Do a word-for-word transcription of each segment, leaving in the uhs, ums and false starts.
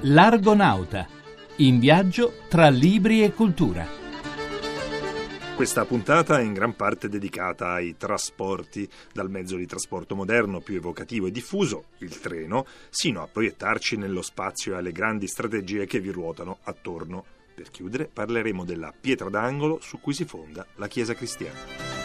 L'Argonauta, in viaggio tra libri e cultura. Questa puntata è in gran parte dedicata ai trasporti, dal mezzo di trasporto moderno più evocativo e diffuso, il treno, sino a proiettarci nello spazio e alle grandi strategie che vi ruotano attorno. Per chiudere parleremo della pietra d'angolo su cui si fonda la Chiesa cristiana.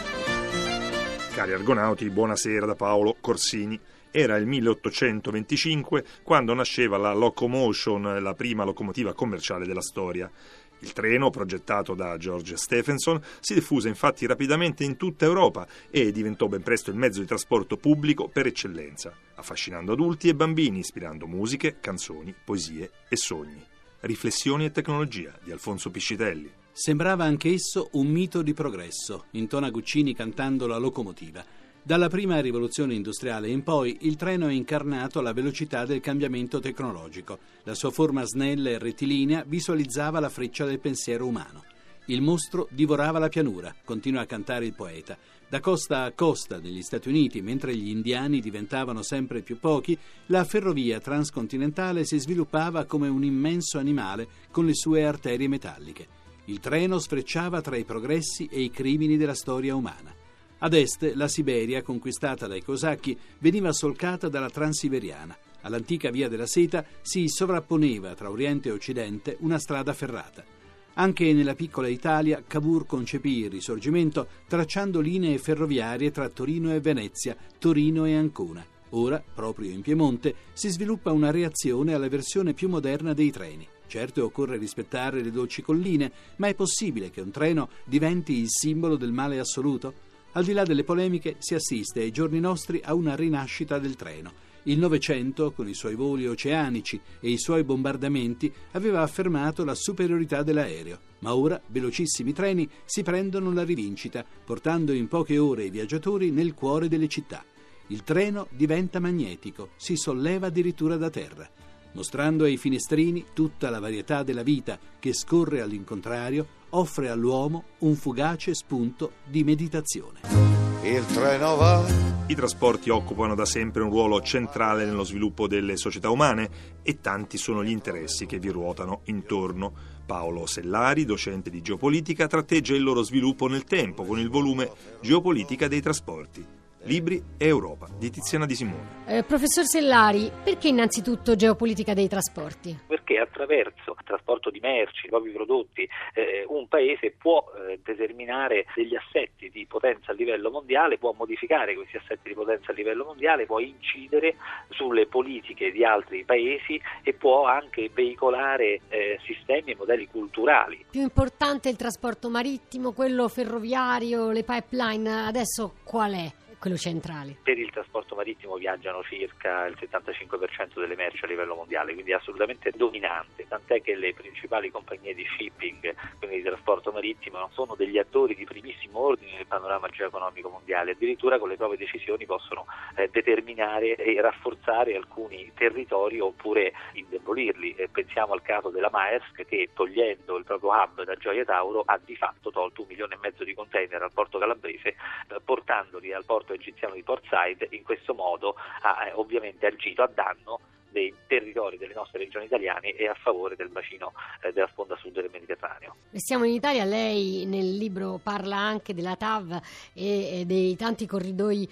Cari argonauti, buonasera da Paolo Corsini. Era il milleottocentoventicinque quando nasceva la Locomotion, la prima locomotiva commerciale della storia. Il treno, progettato da George Stephenson, si diffuse infatti rapidamente in tutta Europa e diventò ben presto il mezzo di trasporto pubblico per eccellenza, affascinando adulti e bambini, ispirando musiche, canzoni, poesie e sogni. Riflessioni e tecnologia di Alfonso Piscitelli. Sembrava anch'esso un mito di progresso, intona Guccini cantando La locomotiva. Dalla prima rivoluzione industriale in poi, il treno ha incarnato la velocità del cambiamento tecnologico. La sua forma snella e rettilinea visualizzava la freccia del pensiero umano. Il mostro divorava la pianura, continua a cantare il poeta. Da costa a costa degli Stati Uniti, mentre gli indiani diventavano sempre più pochi, la ferrovia transcontinentale si sviluppava come un immenso animale con le sue arterie metalliche. Il treno sfrecciava tra i progressi e i crimini della storia umana. Ad est, la Siberia, conquistata dai cosacchi, veniva solcata dalla Transiberiana. All'antica via della seta si sovrapponeva tra Oriente e Occidente una strada ferrata. Anche nella piccola Italia, Cavour concepì il Risorgimento tracciando linee ferroviarie tra Torino e Venezia, Torino e Ancona. Ora, proprio in Piemonte, si sviluppa una reazione alla versione più moderna dei treni. Certo, occorre rispettare le dolci colline, ma è possibile che un treno diventi il simbolo del male assoluto? Al di là delle polemiche, si assiste ai giorni nostri a una rinascita del treno. Il Novecento, con i suoi voli oceanici e i suoi bombardamenti, aveva affermato la superiorità dell'aereo. Ma ora velocissimi treni si prendono la rivincita, portando in poche ore i viaggiatori nel cuore delle città. Il treno diventa magnetico, si solleva addirittura da terra, mostrando ai finestrini tutta la varietà della vita che scorre all'incontrario, offre all'uomo un fugace spunto di meditazione. Il treno va. I trasporti occupano da sempre un ruolo centrale nello sviluppo delle società umane e tanti sono gli interessi che vi ruotano intorno. Paolo Sellari, docente di geopolitica, tratteggia il loro sviluppo nel tempo con il volume Geopolitica dei trasporti. Libri e Europa di Tiziana Di Simone. Eh, professor Sellari, perché innanzitutto geopolitica dei trasporti? Perché attraverso il trasporto di merci, i propri prodotti, eh, un paese può eh, determinare degli assetti di potenza a livello mondiale, può modificare questi assetti di potenza a livello mondiale, può incidere sulle politiche di altri paesi e può anche veicolare eh, sistemi e modelli culturali. Più importante il trasporto marittimo, quello ferroviario, le pipeline, adesso qual è? Quello centrale. Per il trasporto marittimo viaggiano circa il settantacinque per cento delle merci a livello mondiale, quindi è assolutamente dominante, tant'è che le principali compagnie di shipping, quindi di trasporto marittimo, non sono degli attori di primissimo ordine nel panorama geoeconomico mondiale, addirittura con le proprie decisioni possono eh, determinare e rafforzare alcuni territori oppure indebolirli. E pensiamo al caso della Maersk che, togliendo il proprio hub da Gioia Tauro, ha di fatto tolto un milione e mezzo di container al porto calabrese, eh, portandoli al porto egiziano di Port Said. In questo modo ha eh, ovviamente agito a danno dei territori delle nostre regioni italiane e a favore del bacino eh, della sponda sud del Mediterraneo. Siamo in Italia, lei nel libro parla anche della T A V e, e dei tanti corridoi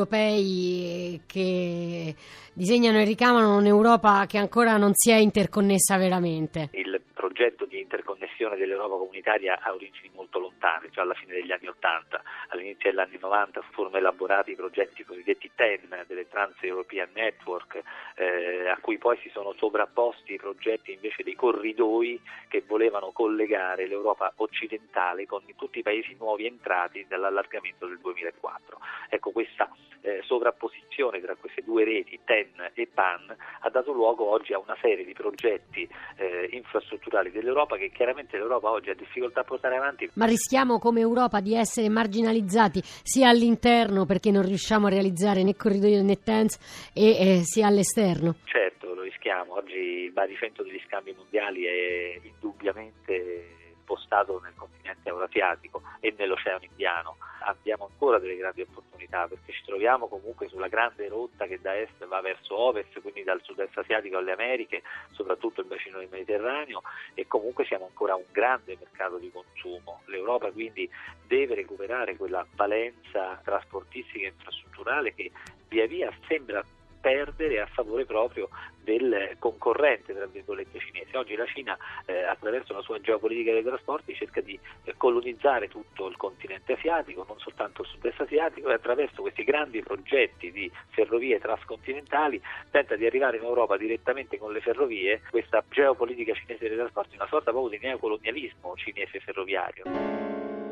europei che disegnano e ricamano un'Europa che ancora non si è interconnessa veramente. Il progetto di interconnessione dell'Europa comunitaria ha origini molto lontane, già alla fine degli anni Ottanta. All'inizio degli anni novanta furono elaborati i progetti cosiddetti T E N, delle Trans-European Network, eh, a cui poi si sono sovrapposti i progetti invece dei corridoi che volevano collegare l'Europa occidentale con tutti i paesi nuovi entrati dall'allargamento del duemilaquattro. Ecco, questa eh, sovrapposizione tra queste due reti, T E N e P A N, ha dato luogo oggi a una serie di progetti eh, infrastrutturali dell'Europa che chiaramente l'Europa oggi ha difficoltà a portare avanti. Ma rischiamo come Europa di essere marginalizzati sia all'interno, perché non riusciamo a realizzare né corridoi né T E N S, e eh, sia all'esterno? Certo, lo rischiamo. Oggi il baricentro degli scambi mondiali è indubbiamente spostato nel continente eurasiatico e nell'Oceano Indiano. Abbiamo ancora delle grandi opportunità perché ci troviamo comunque sulla grande rotta che da est va verso ovest, quindi dal sud-est asiatico alle Americhe, soprattutto il bacino del Mediterraneo, e comunque siamo ancora un grande mercato di consumo. L'Europa quindi deve recuperare quella valenza trasportistica e infrastrutturale che via via sembra perdere a favore proprio del concorrente, tra virgolette, cinese. Oggi la Cina, eh, attraverso la sua geopolitica dei trasporti, cerca di eh, colonizzare tutto il continente asiatico, non soltanto il sud-est asiatico, e attraverso questi grandi progetti di ferrovie transcontinentali tenta di arrivare in Europa direttamente con le ferrovie. Questa geopolitica cinese dei trasporti è una sorta proprio di neocolonialismo cinese ferroviario.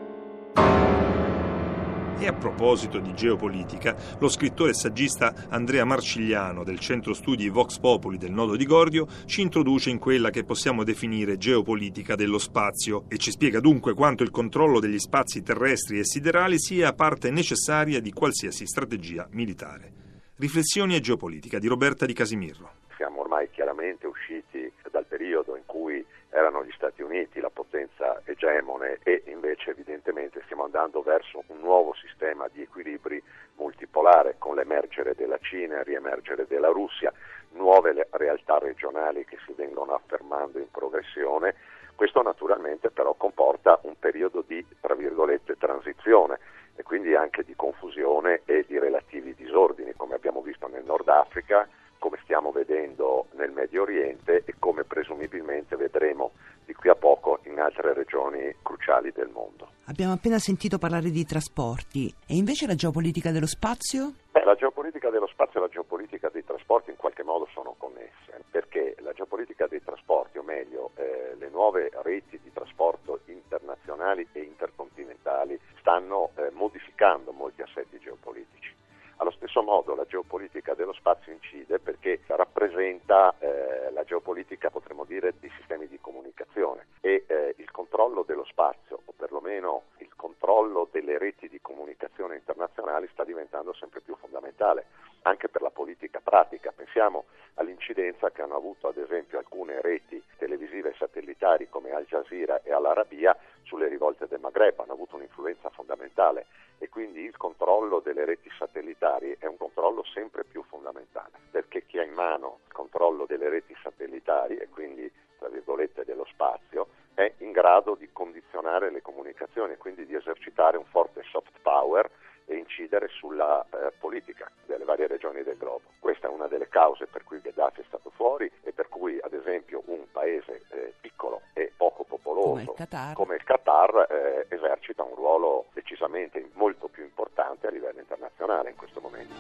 E a proposito di geopolitica, lo scrittore e saggista Andrea Marcigliano del Centro Studi Vox Populi del Nodo di Gordio ci introduce in quella che possiamo definire geopolitica dello spazio e ci spiega dunque quanto il controllo degli spazi terrestri e siderali sia parte necessaria di qualsiasi strategia militare. Riflessioni e geopolitica di Roberta Di Casimirro. Siamo ormai chiaramente usciti dal periodo in cui erano gli Stati Uniti la potenza egemone e invece evidentemente stiamo andando verso un nuovo sistema di equilibri multipolare con l'emergere della Cina, il riemergere della Russia, nuove realtà regionali che si vengono affermando in progressione. Questo naturalmente però comporta un periodo di, tra virgolette, transizione e quindi anche di confusione e di relativi disordini, come abbiamo visto nel Nord Africa, come stiamo vedendo nel Medio Oriente e come presumibilmente vedremo di qui a poco in altre regioni cruciali del mondo. Abbiamo appena sentito parlare di trasporti e invece la geopolitica dello spazio? Beh, la geopolitica dello spazio e la geopolitica dei trasporti in qualche modo sono connesse, perché la geopolitica dei trasporti, o meglio eh, le nuove reti di trasporto internazionali e intercontinentali stanno eh, modificando molti assetti geopolitici. Allo stesso modo la geopolitica dello spazio incide perché rappresenta eh, la geopolitica, potremmo dire, di sistemi di comunicazione e eh, il controllo dello spazio, o perlomeno il controllo delle reti di comunicazione internazionali, sta diventando sempre più fondamentale anche per la politica pratica. Pensiamo all'incidenza che hanno avuto ad esempio alcune reti televisive e satellitari come Al Jazeera e Al Arabiya sulle rivolte del Maghreb, hanno avuto un'influenza fondamentale e quindi il controllo delle reti satellitari è un controllo sempre più fondamentale, perché chi ha in mano il controllo delle reti satellitari e quindi tra virgolette dello spazio è in grado di condizionare le comunicazioni e quindi di esercitare un forte soft power e incidere sulla eh, politica delle varie regioni del globo. Questa è una delle cause per cui Gheddafi è stato fuori e per cui ad esempio un paese eh, piccolo e poco popoloso come il Qatar, come il Qatar eh, esercita un ruolo decisamente molto più importante a livello internazionale in questo momento.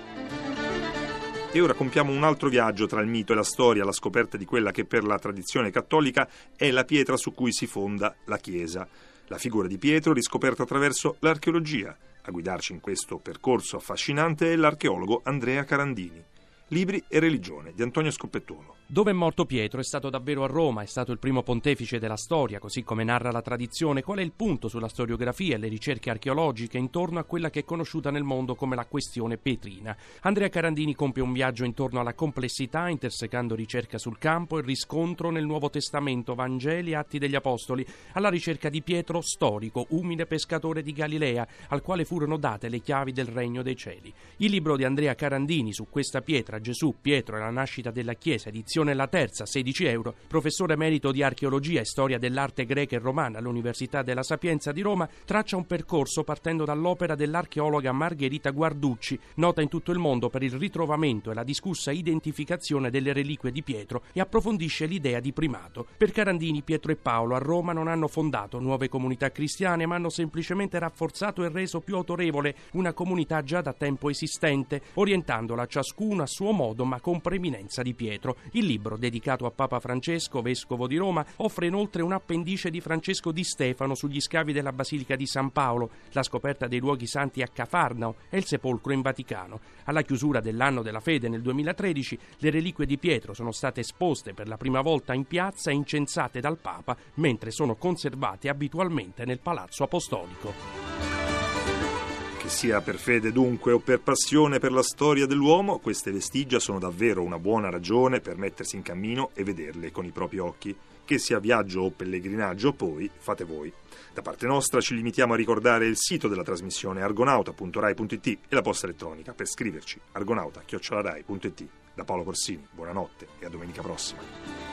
E ora compiamo un altro viaggio tra il mito e la storia alla scoperta di quella che per la tradizione cattolica è la pietra su cui si fonda la Chiesa. La figura di Pietro riscoperta attraverso l'archeologia. A guidarci in questo percorso affascinante è l'archeologo Andrea Carandini. Libri e religione di Antonio Scoppettuolo. Dove è morto Pietro? È stato davvero a Roma, è stato il primo pontefice della storia, così come narra la tradizione. Qual è il punto sulla storiografia e le ricerche archeologiche intorno a quella che è conosciuta nel mondo come la questione petrina? Andrea Carandini compie un viaggio intorno alla complessità, intersecando ricerca sul campo e riscontro nel Nuovo Testamento, Vangeli e Atti degli Apostoli, alla ricerca di Pietro storico, umile pescatore di Galilea, al quale furono date le chiavi del regno dei cieli. Il libro di Andrea Carandini su questa pietra, Gesù, Pietro e la nascita della Chiesa, edizione la terza, sedici euro, professore emerito di archeologia e storia dell'arte greca e romana all'Università della Sapienza di Roma, traccia un percorso partendo dall'opera dell'archeologa Margherita Guarducci, nota in tutto il mondo per il ritrovamento e la discussa identificazione delle reliquie di Pietro, e approfondisce l'idea di primato. Per Carandini, Pietro e Paolo a Roma non hanno fondato nuove comunità cristiane, ma hanno semplicemente rafforzato e reso più autorevole una comunità già da tempo esistente, orientandola ciascuno a suo modo ma con preeminenza di Pietro. Il libro, dedicato a Papa Francesco, vescovo di Roma, offre inoltre un appendice di Francesco Di Stefano sugli scavi della Basilica di San Paolo, la scoperta dei luoghi santi a Cafarnao e il sepolcro in Vaticano. Alla chiusura dell'anno della fede nel duemilatredici, le reliquie di Pietro sono state esposte per la prima volta in piazza e incensate dal Papa, mentre sono conservate abitualmente nel Palazzo Apostolico. Che sia per fede dunque o per passione per la storia dell'uomo, queste vestigia sono davvero una buona ragione per mettersi in cammino e vederle con i propri occhi. che sia viaggio o pellegrinaggio, poi fate voi. Da parte nostra ci limitiamo a ricordare il sito della trasmissione argonauta punto rai punto it e la posta elettronica per scriverci argonauta chiocciola rai punto it. Da Paolo Corsini, buonanotte e a domenica prossima.